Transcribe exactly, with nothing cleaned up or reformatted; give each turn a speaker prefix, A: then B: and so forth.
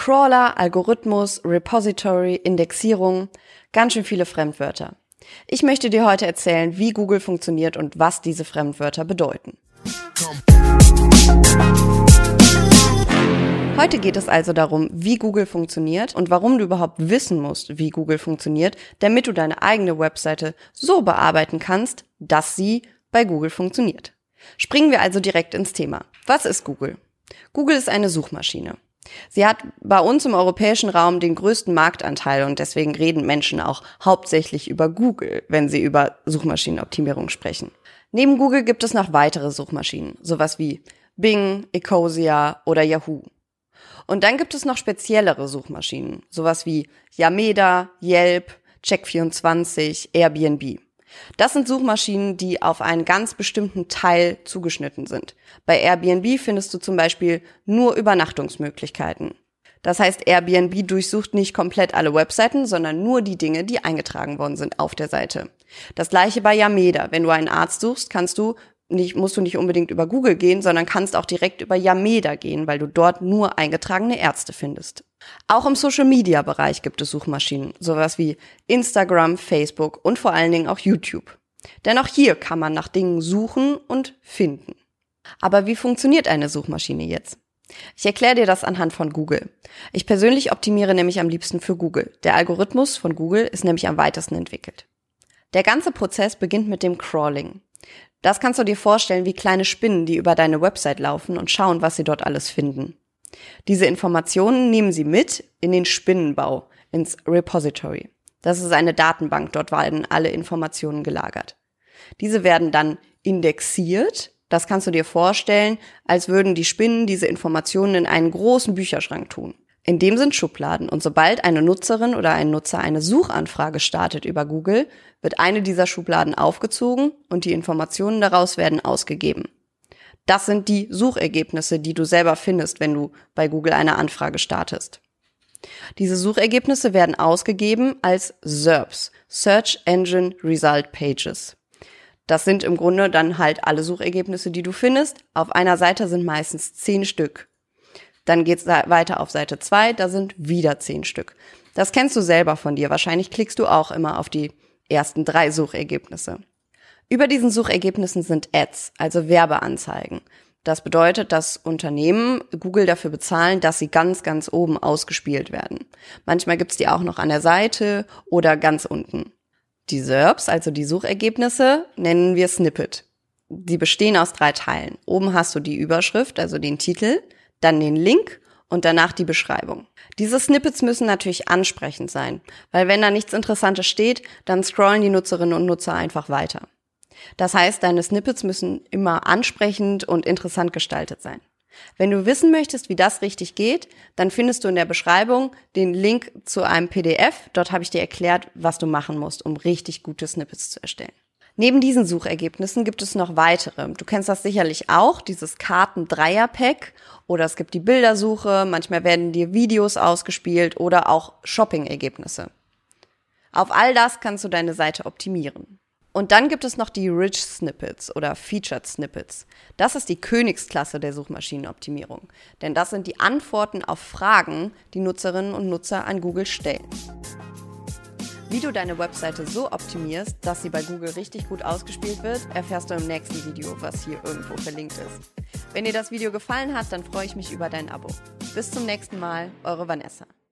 A: Crawler, Algorithmus, Repository, Indexierung, ganz schön viele Fremdwörter. Ich möchte dir heute erzählen, wie Google funktioniert und was diese Fremdwörter bedeuten. Heute geht es also darum, wie Google funktioniert und warum du überhaupt wissen musst, wie Google funktioniert, damit du deine eigene Webseite so bearbeiten kannst, dass sie bei Google funktioniert. Springen wir also direkt ins Thema. Was ist Google? Google ist eine Suchmaschine. Sie hat bei uns im europäischen Raum den größten Marktanteil und deswegen reden Menschen auch hauptsächlich über Google, wenn sie über Suchmaschinenoptimierung sprechen. Neben Google gibt es noch weitere Suchmaschinen, sowas wie Bing, Ecosia oder Yahoo. Und dann gibt es noch speziellere Suchmaschinen, sowas wie Yameda, Yelp, Check vierundzwanzig, Airbnb. Das sind Suchmaschinen, die auf einen ganz bestimmten Teil zugeschnitten sind. Bei Airbnb findest du zum Beispiel nur Übernachtungsmöglichkeiten. Das heißt, Airbnb durchsucht nicht komplett alle Webseiten, sondern nur die Dinge, die eingetragen worden sind auf der Seite. Das gleiche bei Yameda. Wenn du einen Arzt suchst, kannst du nicht, musst du nicht unbedingt über Google gehen, sondern kannst auch direkt über Yameda gehen, weil du dort nur eingetragene Ärzte findest. Auch im Social-Media-Bereich gibt es Suchmaschinen, sowas wie Instagram, Facebook und vor allen Dingen auch YouTube. Denn auch hier kann man nach Dingen suchen und finden. Aber wie funktioniert eine Suchmaschine jetzt? Ich erkläre dir das anhand von Google. Ich persönlich optimiere nämlich am liebsten für Google. Der Algorithmus von Google ist nämlich am weitesten entwickelt. Der ganze Prozess beginnt mit dem Crawling. Das kannst du dir vorstellen wie kleine Spinnen, die über deine Website laufen und schauen, was sie dort alles finden. Diese Informationen nehmen sie mit in den Spinnenbau, ins Repository. Das ist eine Datenbank, dort werden alle Informationen gelagert. Diese werden dann indexiert. Das kannst du dir vorstellen, als würden die Spinnen diese Informationen in einen großen Bücherschrank tun. In dem sind Schubladen und sobald eine Nutzerin oder ein Nutzer eine Suchanfrage startet über Google, wird eine dieser Schubladen aufgezogen und die Informationen daraus werden ausgegeben. Das sind die Suchergebnisse, die du selber findest, wenn du bei Google eine Anfrage startest. Diese Suchergebnisse werden ausgegeben als S E R Ps, Search Engine Result Pages. Das sind im Grunde dann halt alle Suchergebnisse, die du findest. Auf einer Seite sind meistens zehn Stück. Dann geht's weiter auf Seite zwei, da sind wieder zehn Stück. Das kennst du selber von dir. Wahrscheinlich klickst du auch immer auf die ersten drei Suchergebnisse. Über diesen Suchergebnissen sind Ads, also Werbeanzeigen. Das bedeutet, dass Unternehmen Google dafür bezahlen, dass sie ganz, ganz oben ausgespielt werden. Manchmal gibt's die auch noch an der Seite oder ganz unten. Die S E R Ps, also die Suchergebnisse, nennen wir Snippet. Die bestehen aus drei Teilen. Oben hast du die Überschrift, also den Titel, dann den Link und danach die Beschreibung. Diese Snippets müssen natürlich ansprechend sein, weil wenn da nichts Interessantes steht, dann scrollen die Nutzerinnen und Nutzer einfach weiter. Das heißt, deine Snippets müssen immer ansprechend und interessant gestaltet sein. Wenn du wissen möchtest, wie das richtig geht, dann findest du in der Beschreibung den Link zu einem P D F. Dort habe ich dir erklärt, was du machen musst, um richtig gute Snippets zu erstellen. Neben diesen Suchergebnissen gibt es noch weitere. Du kennst das sicherlich auch, dieses Karten-Dreier-Pack oder es gibt die Bildersuche, manchmal werden dir Videos ausgespielt oder auch Shopping-Ergebnisse. Auf all das kannst du deine Seite optimieren. Und dann gibt es noch die Rich Snippets oder Featured Snippets. Das ist die Königsklasse der Suchmaschinenoptimierung, denn das sind die Antworten auf Fragen, die Nutzerinnen und Nutzer an Google stellen. Wie du deine Webseite so optimierst, dass sie bei Google richtig gut ausgespielt wird, erfährst du im nächsten Video, was hier irgendwo verlinkt ist. Wenn dir das Video gefallen hat, dann freue ich mich über dein Abo. Bis zum nächsten Mal, eure Vanessa.